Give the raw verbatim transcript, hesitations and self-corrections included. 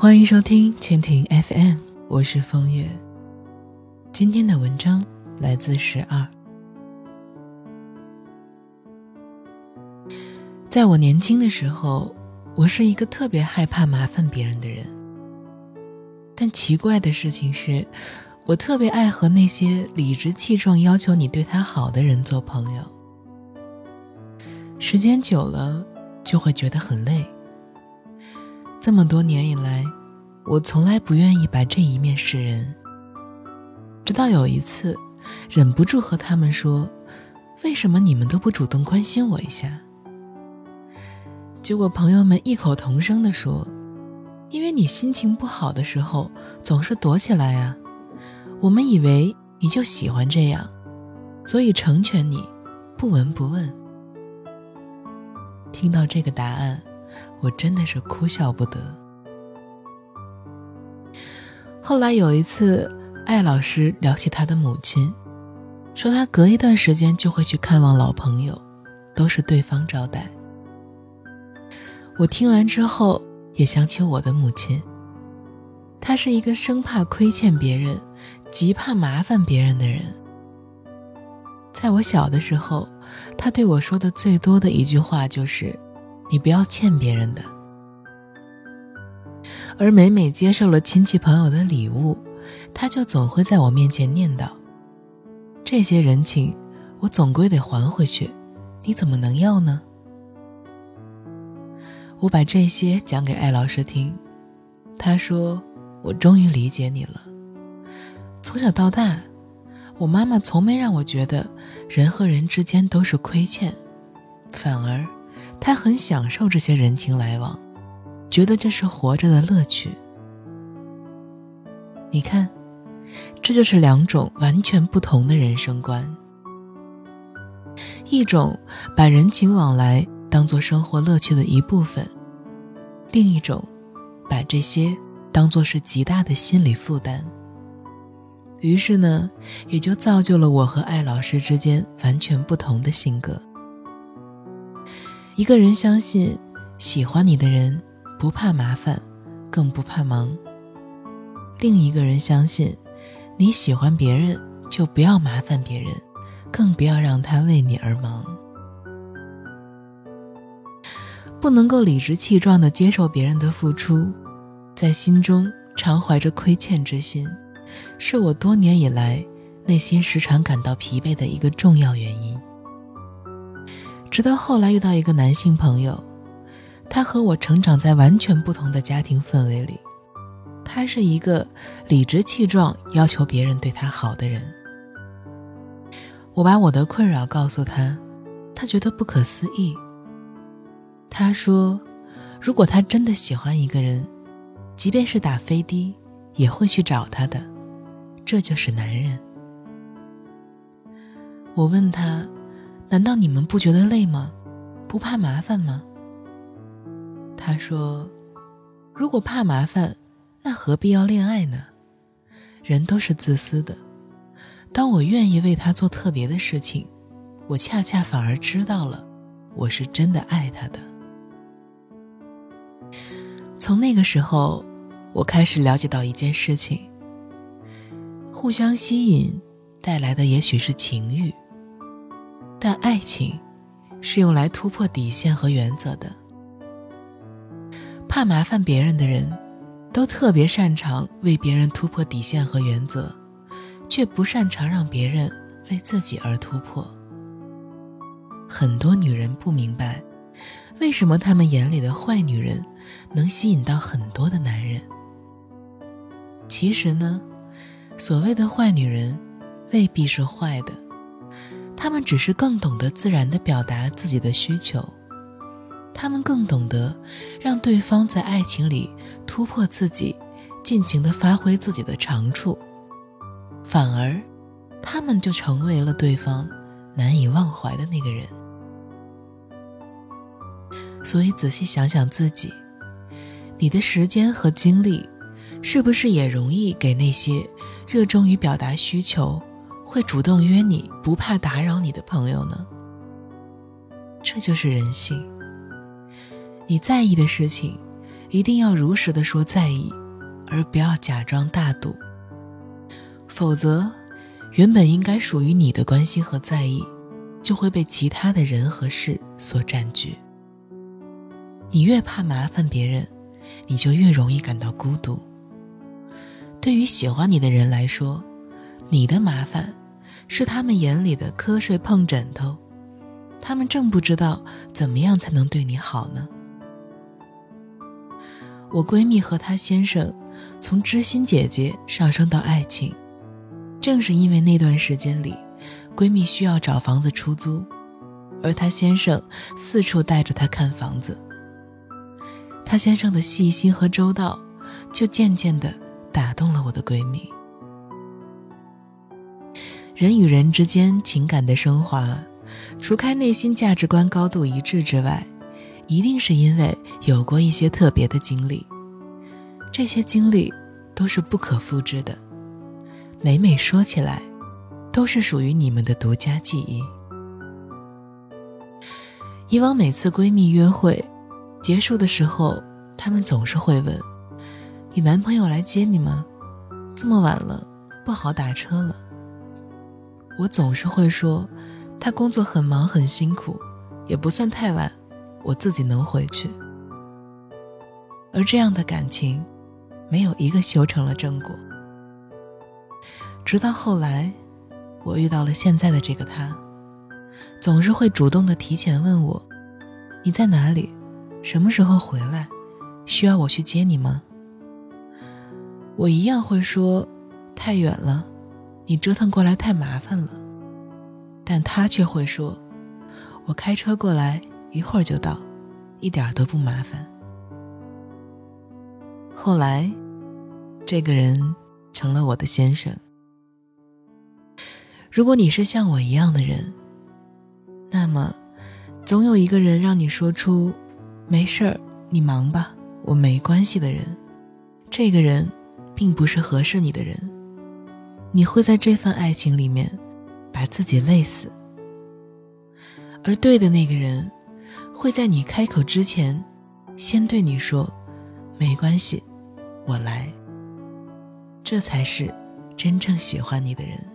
欢迎收听蜻蜓 F M， 我是风月。今天的文章来自十二。在我年轻的时候，我是一个特别害怕麻烦别人的人。但奇怪的事情是，我特别爱和那些理直气壮要求你对他好的人做朋友。时间久了，就会觉得很累。这么多年以来，我从来不愿意把这一面示人。直到有一次，忍不住和他们说，为什么你们都不主动关心我一下？结果朋友们异口同声地说，因为你心情不好的时候总是躲起来啊，我们以为你就喜欢这样，所以成全你，不闻不问。听到这个答案，我真的是哭笑不得。后来有一次，艾老师聊起他的母亲，说他隔一段时间就会去看望老朋友，都是对方招待。我听完之后也想起我的母亲，她是一个生怕亏欠别人，极怕麻烦别人的人。在我小的时候，她对我说的最多的一句话就是你不要欠别人的。而每每接受了亲戚朋友的礼物，她就总会在我面前念叨，这些人情我总归得还回去，你怎么能要呢？我把这些讲给艾老师听，他说，我终于理解你了。从小到大，我妈妈从没让我觉得人和人之间都是亏欠，反而她很享受这些人情来往，觉得这是活着的乐趣。你看，这就是两种完全不同的人生观。一种把人情往来当作生活乐趣的一部分，另一种把这些当作是极大的心理负担。于是呢，也就造就了我和艾老师之间完全不同的性格。一个人相信喜欢你的人不怕麻烦，更不怕忙。另一个人相信你喜欢别人就不要麻烦别人，更不要让他为你而忙。不能够理直气壮地接受别人的付出，在心中常怀着亏欠之心，是我多年以来内心时常感到疲惫的一个重要原因。直到后来遇到一个男性朋友，他和我成长在完全不同的家庭氛围里，他是一个理直气壮要求别人对他好的人。我把我的困扰告诉他，他觉得不可思议。他说，如果他真的喜欢一个人，即便是打飞的也会去找他的，这就是男人。我问他，难道你们不觉得累吗？不怕麻烦吗？他说，如果怕麻烦，那何必要恋爱呢？人都是自私的，当我愿意为他做特别的事情，我恰恰反而知道了我是真的爱他的。从那个时候，我开始了解到一件事情，互相吸引带来的也许是情欲，但爱情是用来突破底线和原则的。怕麻烦别人的人都特别擅长为别人突破底线和原则，却不擅长让别人为自己而突破。很多女人不明白，为什么她们眼里的坏女人能吸引到很多的男人。其实呢，所谓的坏女人未必是坏的，她们只是更懂得自然地表达自己的需求，她们更懂得让对方在爱情里突破自己，尽情地发挥自己的长处，反而她们就成为了对方难以忘怀的那个人。所以仔细想想自己，你的时间和精力是不是也容易给那些热衷于表达需求，会主动约你，不怕打扰你的朋友呢？这就是人性。你在意的事情， 一定要如实的说在意，而不要假装大度，否则原本应该属于你的关心和在意就会被其他的人和事所占据。你越怕麻烦别人，你就越容易感到孤独。对于喜欢你的人来说，你的麻烦是他们眼里的瞌睡碰枕头，他们正不知道怎么样才能对你好呢。我闺蜜和她先生从知心姐姐上升到爱情，正是因为那段时间里，闺蜜需要找房子出租，而她先生四处带着她看房子。她先生的细心和周到，就渐渐地打动了我的闺蜜。人与人之间情感的升华，除开内心价值观高度一致之外，一定是因为有过一些特别的经历，这些经历都是不可复制的，每每说起来都是属于你们的独家记忆。以往每次闺蜜约会结束的时候，她们总是会问，你男朋友来接你吗？这么晚了，不好打车了。我总是会说，他工作很忙很辛苦，也不算太晚，我自己能回去。而这样的感情没有一个修成了正果。直到后来我遇到了现在的这个他，总是会主动的提前问我，你在哪里？什么时候回来？需要我去接你吗？我一样会说，太远了，你折腾过来太麻烦了。但他却会说，我开车过来，一会儿就到，一点都不麻烦。后来这个人成了我的先生。如果你是像我一样的人，那么总有一个人让你说出没事儿，你忙吧，我没关系的人。这个人并不是合适你的人，你会在这份爱情里面把自己累死。而对的那个人会在你开口之前先对你说，没关系，我来。这才是真正喜欢你的人。